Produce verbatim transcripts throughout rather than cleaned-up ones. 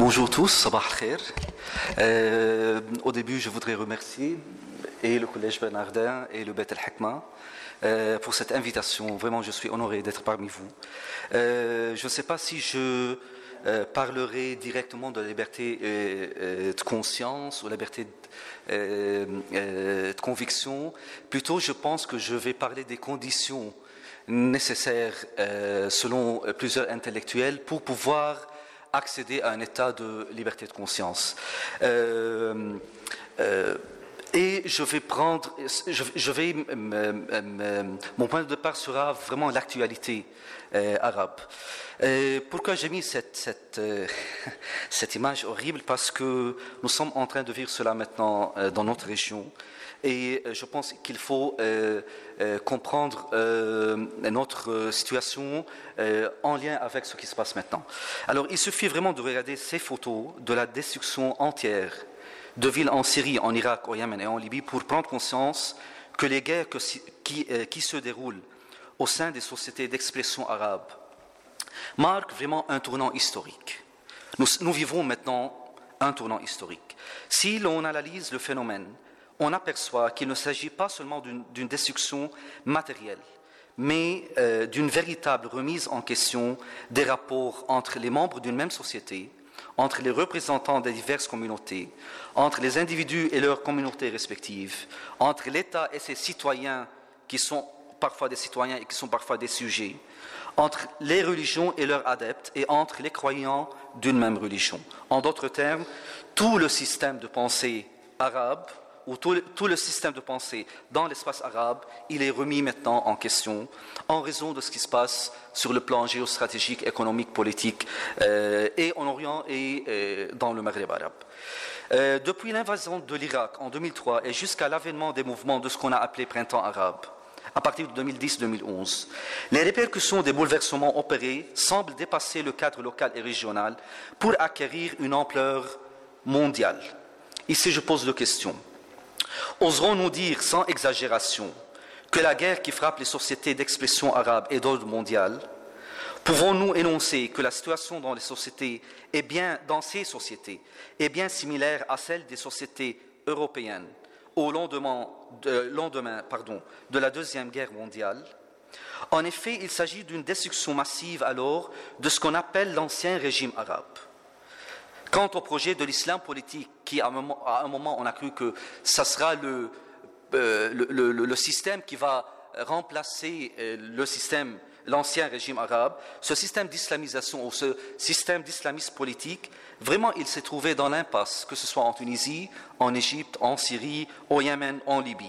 Bonjour tous, sabah al-khair. Euh, au début, je voudrais remercier et le Collège Bernardin et le Beit al-Hikma euh, pour cette invitation. Vraiment, je suis honoré d'être parmi vous. Euh, je ne sais pas si je euh, parlerai directement de la liberté euh, euh, de conscience ou la liberté de, euh, euh, de conviction. Plutôt, je pense que je vais parler des conditions nécessaires, euh, selon plusieurs intellectuels, pour pouvoir accéder à un état de liberté de conscience. Euh, euh, et je vais prendre, je, je vais, mon point de départ sera vraiment l'actualité euh, arabe. Euh, pourquoi j'ai mis cette, cette, euh, cette image horrible? Parce que nous sommes en train de vivre cela maintenant euh, dans notre région. Et je pense qu'il faut euh, euh, comprendre euh, notre situation euh, en lien avec ce qui se passe maintenant. Alors, il suffit vraiment de regarder ces photos de la destruction entière de villes en Syrie, en Irak, au Yémen et en Libye pour prendre conscience que les guerres que, qui, euh, qui se déroulent au sein des sociétés d'expression arabe marquent vraiment un tournant historique. Nous, nous vivons maintenant un tournant historique. Si l'on analyse le phénomène, on aperçoit qu'il ne s'agit pas seulement d'une, d'une destruction matérielle, mais euh, d'une véritable remise en question des rapports entre les membres d'une même société, entre les représentants des diverses communautés, entre les individus et leurs communautés respectives, entre l'État et ses citoyens qui sont parfois des citoyens et qui sont parfois des sujets, entre les religions et leurs adeptes et entre les croyants d'une même religion. En d'autres termes, tout le système de pensée arabe où tout le, tout le système de pensée dans l'espace arabe, il est remis maintenant en question en raison de ce qui se passe sur le plan géostratégique, économique, politique, euh, et en Orient et euh, dans le Maghreb arabe. Euh, depuis l'invasion de l'Irak en deux mille trois et jusqu'à l'avènement des mouvements de ce qu'on a appelé printemps arabe, à partir de deux mille dix deux mille onze, les répercussions des bouleversements opérés semblent dépasser le cadre local et régional pour acquérir une ampleur mondiale. Ici, je pose deux questions. Oserons-nous dire sans exagération que la guerre qui frappe les sociétés d'expression arabe est d'ordre mondial? Pouvons-nous énoncer que la situation dans les sociétés est bien, dans ces sociétés est bien similaire à celle des sociétés européennes au lendemain, de, lendemain pardon, de la Deuxième Guerre mondiale? En effet, il s'agit d'une destruction massive alors de ce qu'on appelle l'ancien régime arabe. Quant au projet de l'islam politique, qui à un moment, à un moment on a cru que ça sera le, euh, le, le, le système qui va remplacer euh, le système, l'ancien régime arabe, ce système d'islamisation ou ce système d'islamisme politique, vraiment il s'est trouvé dans l'impasse, que ce soit en Tunisie, en Égypte, en Syrie, au Yémen, en Libye.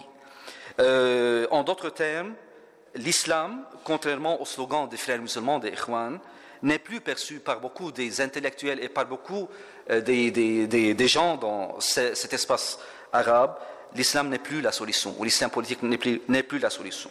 Euh, en d'autres termes, l'islam, contrairement au slogan des frères musulmans, des Ikhwan, n'est plus perçu par beaucoup des intellectuels et par beaucoup euh, des, des, des, des gens dans ce, cet espace arabe. L'islam n'est plus la solution, ou l'islam politique n'est plus, n'est plus la solution.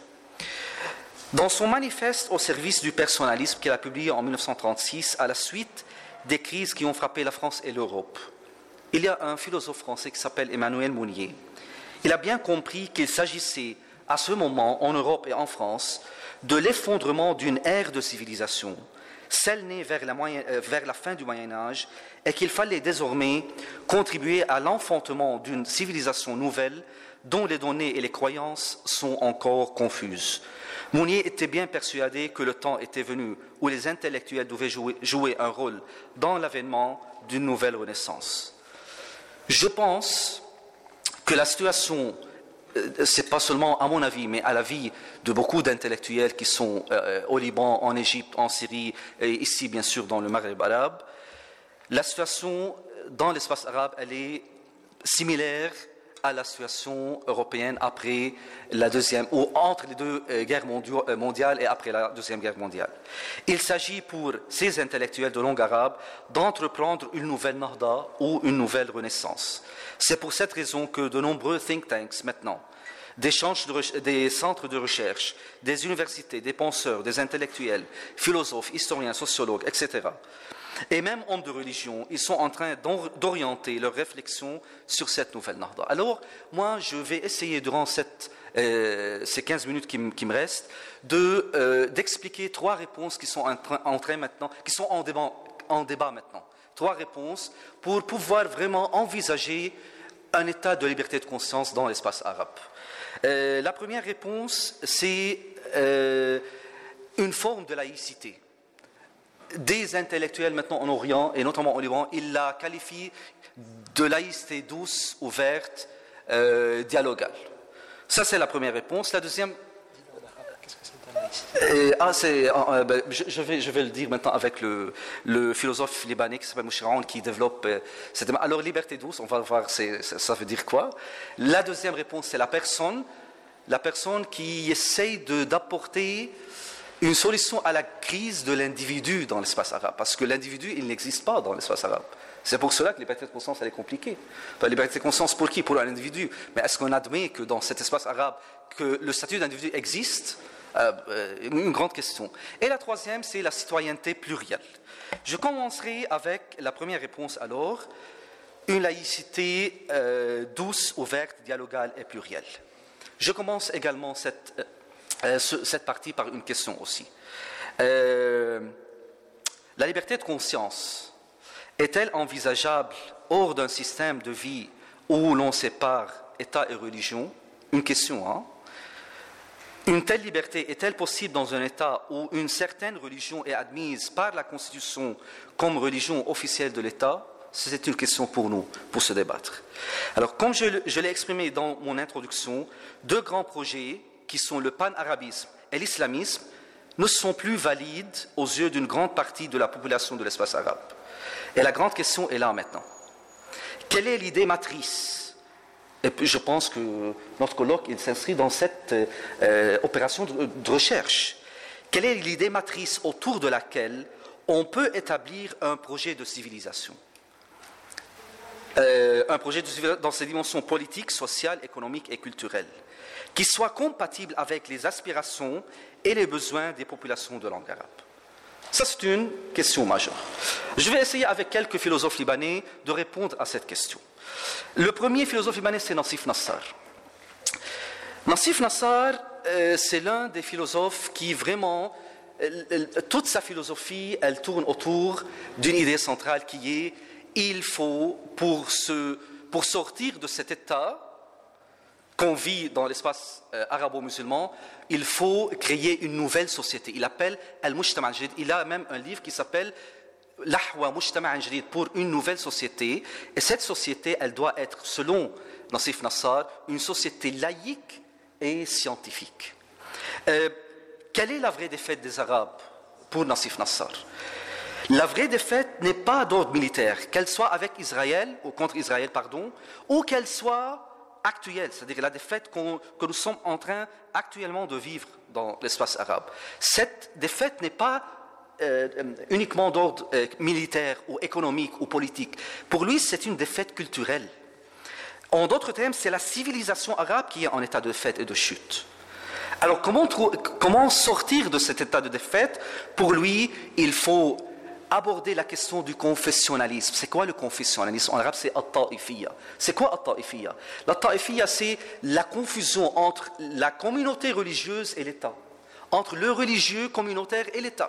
Dans son manifeste au service du personnalisme qu'il a publié en mille neuf cent trente-six, à la suite des crises qui ont frappé la France et l'Europe, il y a un philosophe français qui s'appelle Emmanuel Mounier. Il a bien compris qu'il s'agissait à ce moment, en Europe et en France, de l'effondrement d'une ère de civilisation, celle née vers la, moyen, euh, vers la fin du Moyen-Âge, et qu'il fallait désormais contribuer à l'enfantement d'une civilisation nouvelle dont les données et les croyances sont encore confuses. Mounier était bien persuadé que le temps était venu où les intellectuels devaient jouer, jouer un rôle dans l'avènement d'une nouvelle renaissance. Je pense que la situation, c'est pas seulement à mon avis, mais à l'avis de beaucoup d'intellectuels qui sont euh, au Liban, en Égypte, en Syrie et ici bien sûr dans le Maghreb arabe, la situation dans l'espace arabe, elle est similaire à la situation européenne après la deuxième, ou entre les deux euh, guerres mondiales et après la deuxième guerre mondiale. Il s'agit pour ces intellectuels de langue arabe d'entreprendre une nouvelle nahda ou une nouvelle renaissance. C'est pour cette raison que de nombreux think tanks maintenant, des, de, des centres de recherche, des universités, des penseurs, des intellectuels, philosophes, historiens, sociologues, et cetera, et même hommes de religion, ils sont en train d'orienter leurs réflexions sur cette nouvelle nahda. Alors, moi, je vais essayer durant cette, euh, ces quinze minutes qui, qui me restent de, euh, d'expliquer trois réponses qui sont en train, en train maintenant, qui sont en débat, en débat maintenant. trois réponses pour pouvoir vraiment envisager un état de liberté de conscience dans l'espace arabe. Euh, la première réponse, c'est euh, une forme de laïcité. Des intellectuels maintenant en Orient, et notamment au Liban, ils la qualifient de laïcité douce, ouverte, euh, dialogale. Ça, c'est la première réponse. La deuxième... Euh, ah, c'est, euh, ben, je, je, vais, je vais le dire maintenant avec le, le philosophe libanais qui s'appelle Mouchiraoun qui développe euh, cette... Alors, liberté douce, on va voir c'est, ça veut dire quoi. La deuxième réponse, c'est la personne, la personne qui essaye de, d'apporter une solution à la crise de l'individu dans l'espace arabe. Parce que l'individu, il n'existe pas dans l'espace arabe. C'est pour cela que la liberté de conscience, elle est compliquée. La liberté de conscience, pour qui? Pour un individu. Mais est-ce qu'on admet que dans cet espace arabe, que le statut d'individu existe? Euh, une grande question. Et la troisième, c'est la citoyenneté plurielle. Je commencerai avec la première réponse alors, une laïcité euh, douce, ouverte, dialogale et plurielle. Je commence également cette, euh, ce, cette partie par une question aussi. Euh, la liberté de conscience est-elle envisageable hors d'un système de vie où l'on sépare État et religion? Une question, hein? Une telle liberté est-elle possible dans un État où une certaine religion est admise par la Constitution comme religion officielle de l'État? C'est une question pour nous, pour se débattre. Alors, comme je, je l'ai exprimé dans mon introduction, deux grands projets, qui sont le pan-arabisme et l'islamisme, ne sont plus valides aux yeux d'une grande partie de la population de l'espace arabe. Et la grande question est là maintenant. Quelle est l'idée matrice? Et puis je pense que notre colloque il s'inscrit dans cette euh, opération de, de recherche. Quelle est l'idée matrice autour de laquelle on peut établir un projet de civilisation? Euh, un projet de civilisation dans ses dimensions politiques, sociales, économiques et culturelles, qui soit compatible avec les aspirations et les besoins des populations de langue arabe. Ça, c'est une question majeure. Je vais essayer avec quelques philosophes libanais de répondre à cette question. Le premier philosophe libanais, c'est Nassif Nassar. Nassif Nassar, euh, c'est l'un des philosophes qui vraiment, euh, toute sa philosophie, elle tourne autour d'une idée centrale qui est il faut, pour, se, pour sortir de cet état qu'on vit dans l'espace euh, arabo-musulman, il faut créer une nouvelle société. Il appelle Al-Mujtama' al-Jadid. Il a même un livre qui s'appelle L'Ahwa Mujtama' al-Jadid, pour une nouvelle société. Et cette société, elle doit être, selon Nassif Nassar, une société laïque et scientifique. Euh, quelle est la vraie défaite des Arabes pour Nassif Nassar? La vraie défaite n'est pas d'ordre militaire, qu'elle soit avec Israël, ou contre Israël, pardon, ou qu'elle soit actuelle, c'est-à-dire la défaite qu'on, que nous sommes en train actuellement de vivre dans l'espace arabe. Cette défaite n'est pas euh, uniquement d'ordre euh, militaire ou économique ou politique. Pour lui, c'est une défaite culturelle. En d'autres termes, c'est la civilisation arabe qui est en état de défaite et de chute. Alors, comment, comment sortir de cet état de défaite? Pour lui, il faut aborder la question du confessionnalisme. C'est quoi le confessionnalisme? En arabe, c'est at-ta'ifiyya. C'est quoi at-ta'ifiyya? La ta'ifiyya, c'est la confusion entre la communauté religieuse et l'État, entre le religieux communautaire et l'État.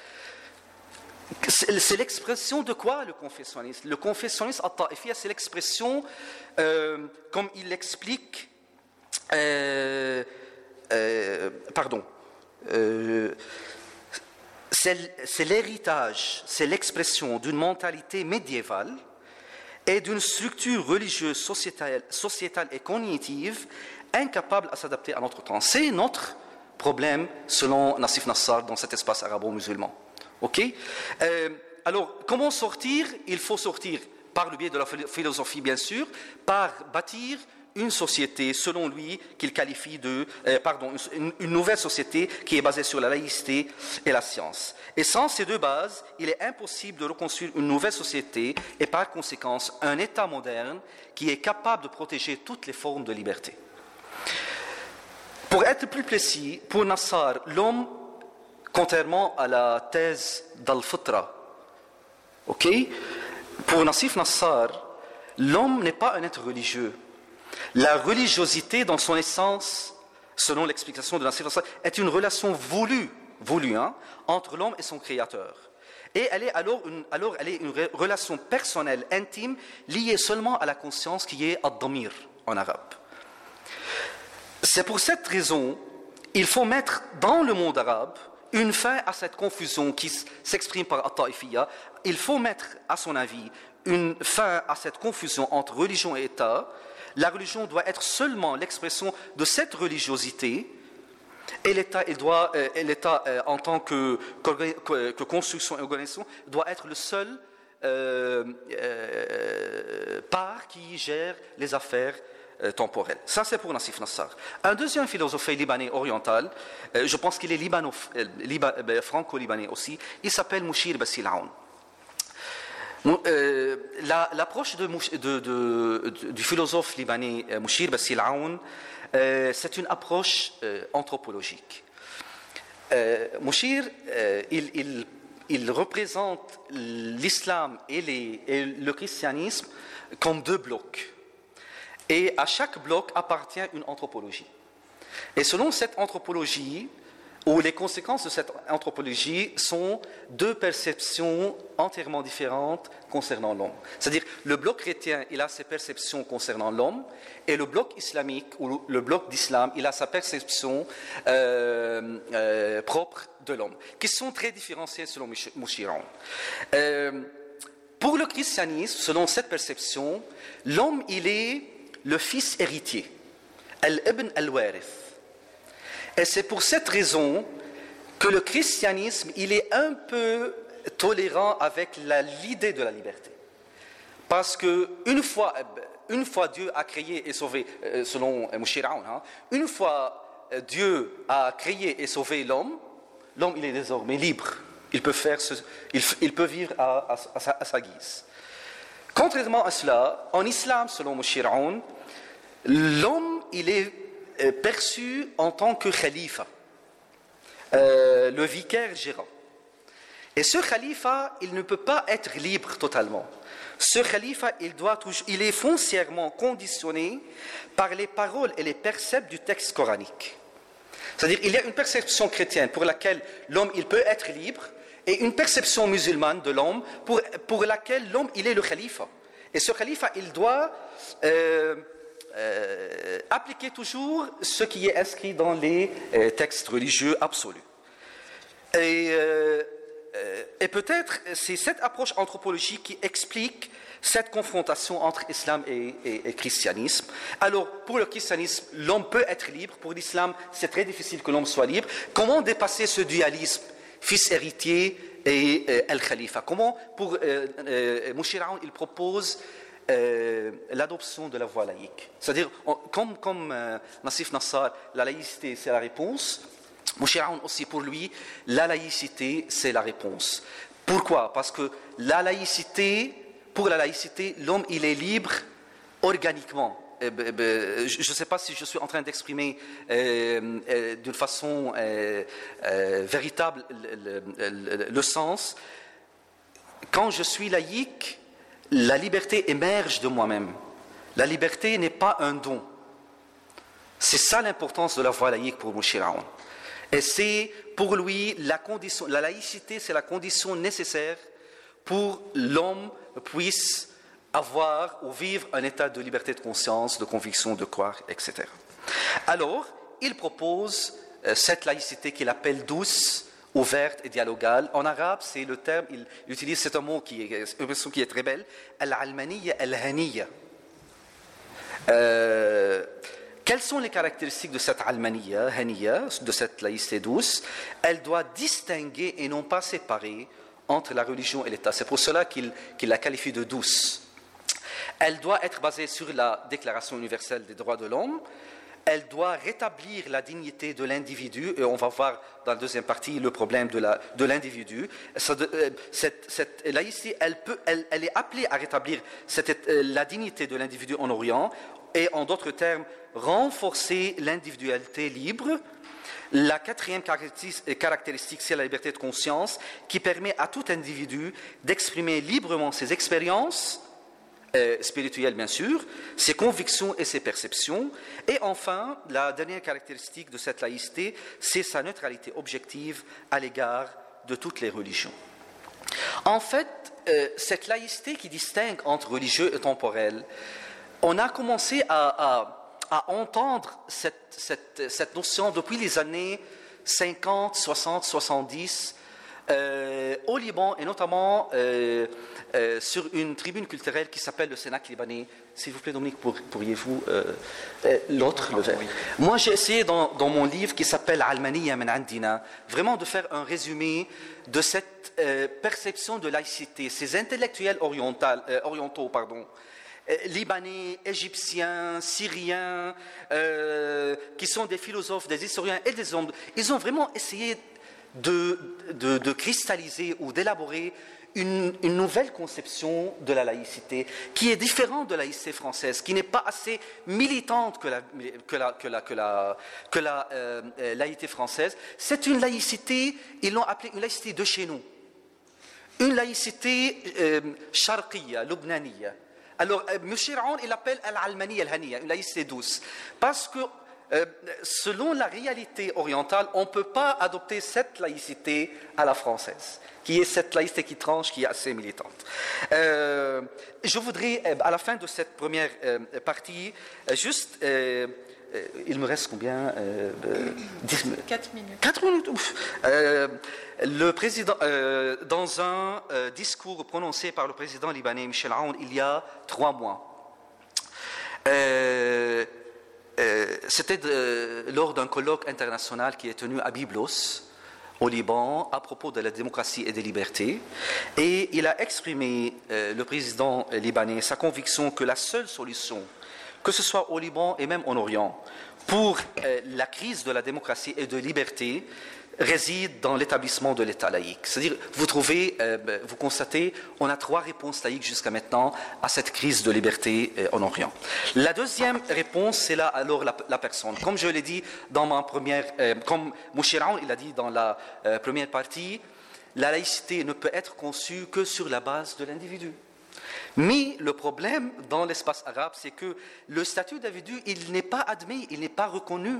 C'est l'expression de quoi le confessionnalisme? Le confessionnalisme at-ta'ifiyya, c'est l'expression, euh, comme il l'explique, euh, euh, pardon, euh, c'est, c'est l'héritage, c'est l'expression d'une mentalité médiévale et d'une structure religieuse, sociétale, sociétale et cognitive incapable à s'adapter à notre temps. C'est notre problème, selon Nassif Nassar, dans cet espace arabo-musulman. Ok? Euh, alors, comment sortir? Il faut sortir par le biais de la philosophie, bien sûr, par bâtir une société, selon lui, qu'il qualifie de, euh, pardon, une, une nouvelle société qui est basée sur la laïcité et la science. Et sans ces deux bases, il est impossible de reconstruire une nouvelle société et par conséquence un État moderne qui est capable de protéger toutes les formes de liberté. Pour être plus précis, pour Nassar, l'homme, contrairement à la thèse d'Al-Fitra, ok, pour Nassif Nassar, l'homme n'est pas un être religieux. La religiosité, dans son essence, selon l'explication de Nassif Nassar, est une relation voulue, voulue hein, entre l'homme et son créateur. Et elle est alors une, alors elle est une relation personnelle, intime, liée seulement à la conscience qui est ad-damir en arabe. C'est pour cette raison il faut mettre dans le monde arabe une fin à cette confusion qui s'exprime par at-Taifiyya. Il faut mettre, à son avis, une fin à cette confusion entre religion et État. La religion doit être seulement l'expression de cette religiosité, et l'État, il doit, euh, l'État euh, en tant que, que, que construction et organisation, doit être le seul euh, euh, part qui gère les affaires euh, temporelles. Ça, c'est pour Nassif Nassar. Un deuxième philosophe libanais oriental, euh, je pense qu'il est libano, euh, liba, euh, franco-libanais aussi, il s'appelle Mouchir Bassil Aoun. Euh, la, l'approche de, de, de, de, du philosophe libanais euh, Mouchir Bassil Aoun, euh, c'est une approche euh, anthropologique. Euh, Mouchir, euh, il, il, il représente l'islam et, les, et le christianisme comme deux blocs. Et à chaque bloc appartient une anthropologie. Et selon cette anthropologie, où les conséquences de cette anthropologie sont deux perceptions entièrement différentes concernant l'homme. C'est-à-dire, le bloc chrétien, il a ses perceptions concernant l'homme, et le bloc islamique, ou le bloc d'islam, il a sa perception euh, euh, propre de l'homme, qui sont très différenciées selon Mouchir Aoun. Euh, pour le christianisme, selon cette perception, l'homme, il est le fils héritier, al-ibn al-warith. Et c'est pour cette raison que le christianisme, il est un peu tolérant avec la, l'idée de la liberté. Parce que une fois, une fois Dieu a créé et sauvé, selon Mouchir Aoun, hein, une fois Dieu a créé et sauvé l'homme, l'homme il est désormais libre. Il peut, faire ce, il, il peut vivre à, à, à, sa, à sa guise. Contrairement à cela, en islam, selon Mouchir Aoun, l'homme il est perçu en tant que khalifa, euh, le vicaire gérant. Et ce khalifa, il ne peut pas être libre totalement. Ce khalifa, il, doit toujours, il est foncièrement conditionné par les paroles et les préceptes du texte coranique. C'est-à-dire, il y a une perception chrétienne pour laquelle l'homme, il peut être libre, et une perception musulmane de l'homme pour, pour laquelle l'homme, il est le khalifa. Et ce khalifa, il doit euh, euh, appliquer toujours ce qui est inscrit dans les euh, textes religieux absolus. Et, euh, et peut-être c'est cette approche anthropologique qui explique cette confrontation entre islam et, et, et christianisme. Alors, pour le christianisme, l'homme peut être libre. Pour l'islam, c'est très difficile que l'homme soit libre. Comment dépasser ce dualisme fils héritier et euh, al-khalifa? Comment, pour euh, euh, Mouchir Aoun, il propose euh, l'adoption de la voie laïque. C'est-à-dire, on, comme, comme euh, Nassif Nassar, la laïcité, c'est la réponse. Mouchir Aoun aussi, pour lui, la laïcité, c'est la réponse. Pourquoi? Parce que la laïcité, pour la laïcité, l'homme, il est libre organiquement. Je ne sais pas si je suis en train d'exprimer euh, euh, d'une façon euh, euh, véritable le, le, le, le sens. Quand je suis laïque, la liberté émerge de moi-même. La liberté n'est pas un don. C'est ça l'importance de la voie laïque pour Mouchir Aoun. Et c'est pour lui la condition, la laïcité, c'est la condition nécessaire pour l'homme puisse avoir ou vivre un état de liberté de conscience, de conviction, de croire, et cetera. Alors, il propose euh, cette laïcité qu'il appelle douce, ouverte et dialogale. En arabe, c'est le terme, il, il utilise c'est un mot qui est, une expression qui est très belle, al-almaniyya al-haniyya. Euh, Quelles sont les caractéristiques de cette almaniyya, haniyya, de cette laïcité douce? Elle doit distinguer et non pas séparer entre la religion et l'État. C'est pour cela qu'il, qu'il la qualifie de douce. Elle doit être basée sur la Déclaration universelle des droits de l'homme. Elle doit rétablir la dignité de l'individu. Et on va voir dans la deuxième partie le problème de, la, de l'individu. Cette, cette laïcité, elle, peut, elle, elle est appelée à rétablir cette, la dignité de l'individu en Orient. Et en d'autres termes, renforcer l'individualité libre. La quatrième caractéristique, c'est la liberté de conscience qui permet à tout individu d'exprimer librement ses expériences, euh, spirituelles bien sûr, ses convictions et ses perceptions. Et enfin, la dernière caractéristique de cette laïcité, c'est sa neutralité objective à l'égard de toutes les religions. En fait, euh, cette laïcité qui distingue entre religieux et temporel, on a commencé à, à, à entendre cette, cette, cette notion depuis les années cinquante, soixante, soixante-dix euh, au Liban et notamment euh, euh, sur une tribune culturelle qui s'appelle le Cénacle libanais. S'il vous plaît, Dominique, pour, pourriez-vous euh, euh, l'autre le faire. Moi, j'ai essayé dans, dans mon livre qui s'appelle Almaniya min Andina vraiment de faire un résumé de cette euh, perception de laïcité, ces intellectuels oriental, euh, orientaux, pardon, euh, libanais, égyptiens, syriens, euh, qui sont des philosophes, des historiens et des hommes. Ils ont vraiment essayé de, de, de cristalliser ou d'élaborer Une, une nouvelle conception de la laïcité qui est différente de la laïcité française, qui n'est pas assez militante que la, que la, que la, que la, que la euh, laïcité française. C'est une laïcité, ils l'ont appelée une laïcité de chez nous, une laïcité euh, charqiya, lubnaniya. Alors, euh, M. Raoun, il l'appelle al-almaniya al-haniya, une laïcité douce, parce que Euh, selon la réalité orientale, on ne peut pas adopter cette laïcité à la française, qui est cette laïcité qui tranche, qui est assez militante. Euh, je voudrais, à la fin de cette première euh, partie, juste, euh, euh, il me reste combien euh, dix minutes. Quatre minutes. Quatre minutes, ouf. Euh, le président, euh, dans un euh, discours prononcé par le président libanais Michel Aoun il y a trois mois, euh, Euh, c'était de, lors d'un colloque international qui est tenu à Byblos, au Liban, à propos de la démocratie et des libertés. Et il a exprimé, euh, le président libanais, sa conviction que la seule solution, que ce soit au Liban et même en Orient, pour euh, la crise de la démocratie et de liberté, réside dans l'établissement de l'État laïque. C'est-à-dire, vous trouvez, euh, vous constatez, on a trois réponses laïques jusqu'à maintenant à cette crise de liberté euh, en Orient. La deuxième réponse, c'est là alors la, la personne. Comme je l'ai dit dans ma première, euh, comme Mouchir Aoun, il a dit dans la euh, première partie, la laïcité ne peut être conçue que sur la base de l'individu. Mais le problème dans l'espace arabe, c'est que le statut d'individu, il n'est pas admis, il n'est pas reconnu.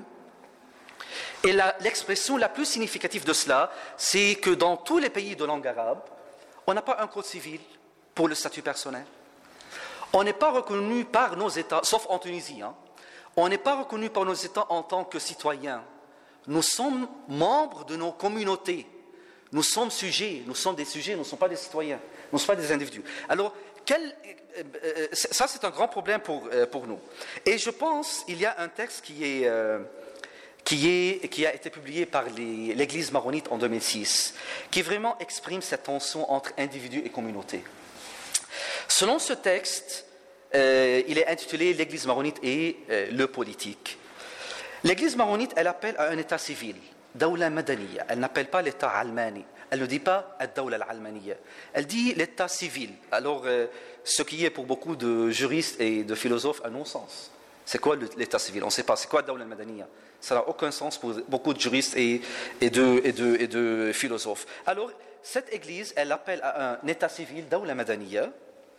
Et la, l'expression la plus significative de cela, c'est que dans tous les pays de langue arabe, on n'a pas un code civil pour le statut personnel. On n'est pas reconnu par nos États, sauf en Tunisie, hein, on n'est pas reconnu par nos États en tant que citoyens. Nous sommes membres de nos communautés. Nous sommes sujets, nous sommes des sujets, nous ne sommes pas des citoyens, nous ne sommes pas des individus. Alors, quel, euh, ça c'est un grand problème pour, euh, pour nous. Et je pense qu'il y a un texte qui est... Euh, Qui, est, qui a été publié par les, l'Église maronite en deux mille six, qui vraiment exprime cette tension entre individu et communauté. Selon ce texte, euh, il est intitulé « L'Église maronite et euh, le politique ». L'Église maronite, elle appelle à un État civil, « Dawla Madaniya ». Elle n'appelle pas l'État almani. Elle ne dit pas « Ad-Dawla al-Almaniya ». Elle dit l'État civil. Alors, euh, ce qui est pour beaucoup de juristes et de philosophes un non-sens. C'est quoi l'État civil? On ne sait pas. C'est quoi Dawla al-Madaniya? Ça n'a aucun sens pour beaucoup de juristes et, et, de, et, de, et de philosophes. Alors, cette Église, elle appelle à un État civil, Dawla Madaniya,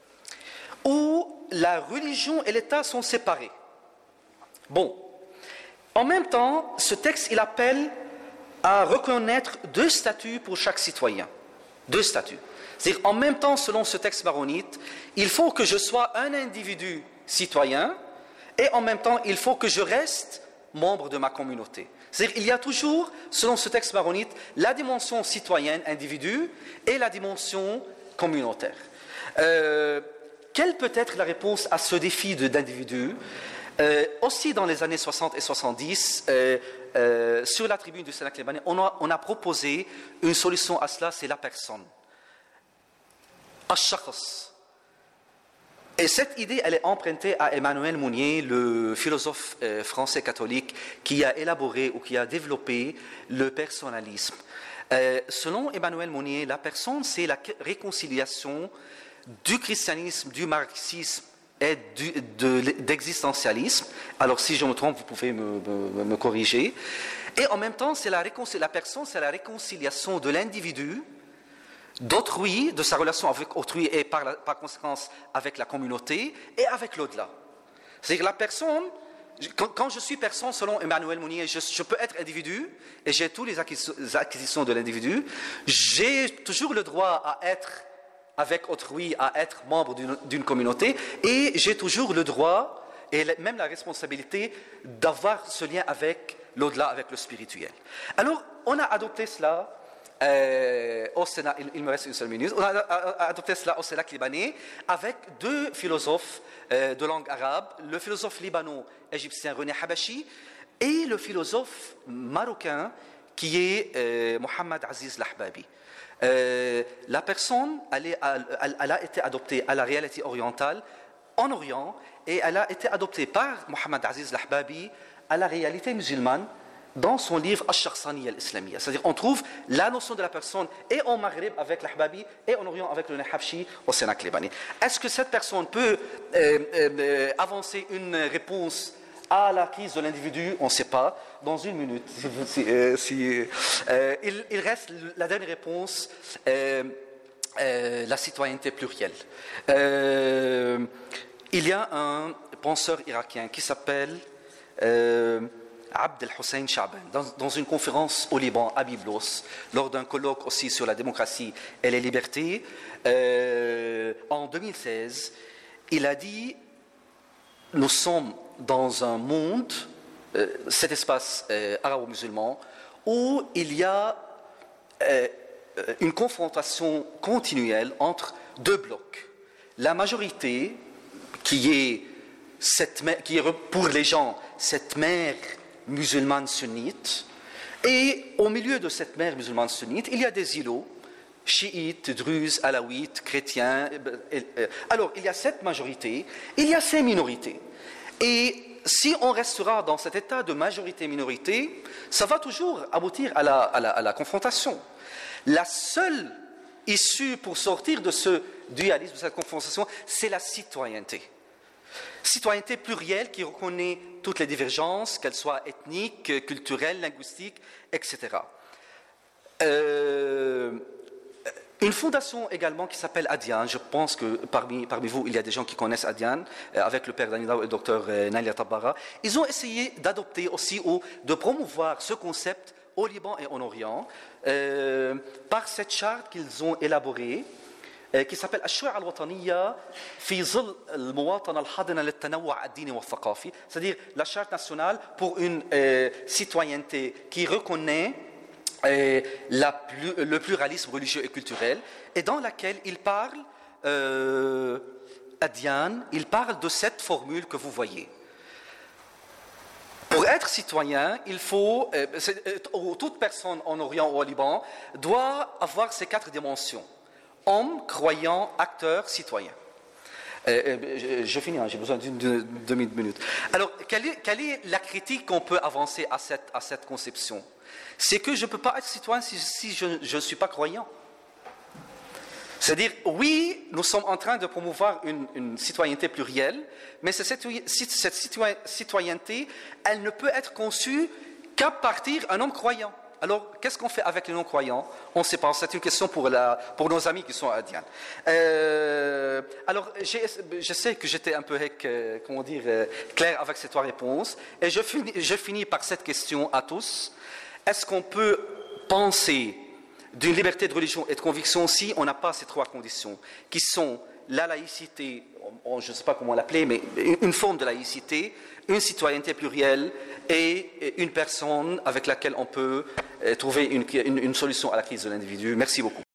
où la religion et l'État sont séparés. Bon. En même temps, ce texte, il appelle à reconnaître deux statuts pour chaque citoyen. Deux statuts. C'est-à-dire, en même temps, selon ce texte maronite, il faut que je sois un individu citoyen, et en même temps, il faut que je reste membre de ma communauté. C'est-à-dire qu'il y a toujours, selon ce texte maronite, la dimension citoyenne, individu, et la dimension communautaire. Euh, quelle peut être la réponse à ce défi de, d'individu? euh, Aussi dans les années soixante et soixante-dix, euh, euh, sur la tribune du Cénacle libanais, on a, on a proposé une solution à cela, c'est la personne. Ash-shakhs. Et cette idée, elle est empruntée à Emmanuel Mounier, le philosophe euh, français catholique qui a élaboré ou qui a développé le personnalisme. Euh, selon Emmanuel Mounier, la personne, c'est la réconciliation du christianisme, du marxisme et du, de, d'existentialisme. Alors, si je me trompe, vous pouvez me, me, me corriger. Et en même temps, c'est la, réconcil- la personne, c'est la réconciliation de l'individu, d'autrui, de sa relation avec autrui et par, la, par conséquence avec la communauté et avec l'au-delà. C'est-à-dire la personne, quand, quand je suis personne, selon Emmanuel Mounier, je, je peux être individu et j'ai toutes les acquisitions de l'individu. J'ai toujours le droit à être avec autrui, à être membre d'une, d'une communauté, et j'ai toujours le droit et même la responsabilité d'avoir ce lien avec l'au-delà, avec le spirituel. Alors, on a adopté cela euh, au Sénat, il, il me reste une seule minute, on a, a, a adopté cela au Sénat libanais avec deux philosophes euh, de langue arabe, le philosophe libano-égyptien René Habashi et le philosophe marocain qui est euh, Mohamed Aziz Lahbabi. Euh, la personne, elle, est, elle, elle a été adoptée à la réalité orientale en Orient et elle a été adoptée par Mohamed Aziz Lahbabi à la réalité musulmane dans son livre Ash-Shakhsaniya al-Islamiyya. C'est-à-dire on trouve la notion de la personne et en Maghreb avec Lahbabi et en Orient avec le Habshi au Sénat libanais. Est-ce que cette personne peut euh, euh, avancer une réponse à la crise de l'individu? On ne sait pas. Dans une minute. Si, euh, si, euh, il, il reste la dernière réponse, euh, euh, la citoyenneté plurielle. Euh, il y a un penseur irakien qui s'appelle euh, Abd el-Hussein Sha'ban, dans, dans une conférence au Liban, à Byblos, lors d'un colloque aussi sur la démocratie et les libertés, euh, en deux mille seize, il a dit « Nous sommes dans un monde, euh, cet espace euh, arabo-musulman, où il y a euh, une confrontation continuelle entre deux blocs. La majorité, qui est, cette, qui est pour les gens cette mère musulmane sunnite, et au milieu de cette mer musulmane sunnite, il y a des îlots, chiites, druzes, alaouites, chrétiens. Alors, il y a cette majorité, il y a ces minorités. Et si on restera dans cet état de majorité-minorité, ça va toujours aboutir à la, à la, à la confrontation. La seule issue pour sortir de ce dualisme, de cette confrontation, c'est la citoyenneté. Citoyenneté plurielle qui reconnaît toutes les divergences, qu'elles soient ethniques, culturelles, linguistiques, et cetera. Euh, une fondation également qui s'appelle Adian, je pense que parmi, parmi vous, il y a des gens qui connaissent Adian, avec le père Danida et le docteur Nalia Tabbara. Ils ont essayé d'adopter aussi ou de promouvoir ce concept au Liban et en Orient euh, par cette charte qu'ils ont élaborée, qui s'appelle الشريعة الوطنية في ظل المواطنة الحاضنة للتنوع الديني والثقافي, c'est-à-dire la charte nationale pour une euh, citoyenneté qui reconnaît euh, la plus, le pluralisme religieux et culturel, et dans laquelle il parle, euh, Adian, il parle de cette formule que vous voyez. Pour être citoyen, il faut, euh, toute personne en Orient ou au Liban doit avoir ces quatre dimensions. Homme, croyant, acteur, citoyen. Euh, je, je finis, hein, j'ai besoin d'une demi-minute. Alors, quelle est, quelle est la critique qu'on peut avancer à cette, à cette conception? C'est que je ne peux pas être citoyen si, si je ne suis pas croyant. C'est-à-dire, oui, nous sommes en train de promouvoir une, une citoyenneté plurielle, mais cette, cette citoyenneté, elle ne peut être conçue qu'à partir d'un homme croyant. Alors, qu'est-ce qu'on fait avec les non-croyants? On ne sait pas, c'est une question pour, la, pour nos amis qui sont à Adian. Euh, alors, je sais que j'étais un peu, euh, comment dire, euh, clair avec ces trois réponses, et je finis, je finis par cette question à tous. Est-ce qu'on peut penser d'une liberté de religion et de conviction si on n'a pas ces trois conditions, qui sont la laïcité, on, je ne sais pas comment l'appeler, mais une forme de laïcité, une citoyenneté plurielle et une personne avec laquelle on peut trouver une, une, une solution à la crise de l'individu. Merci beaucoup.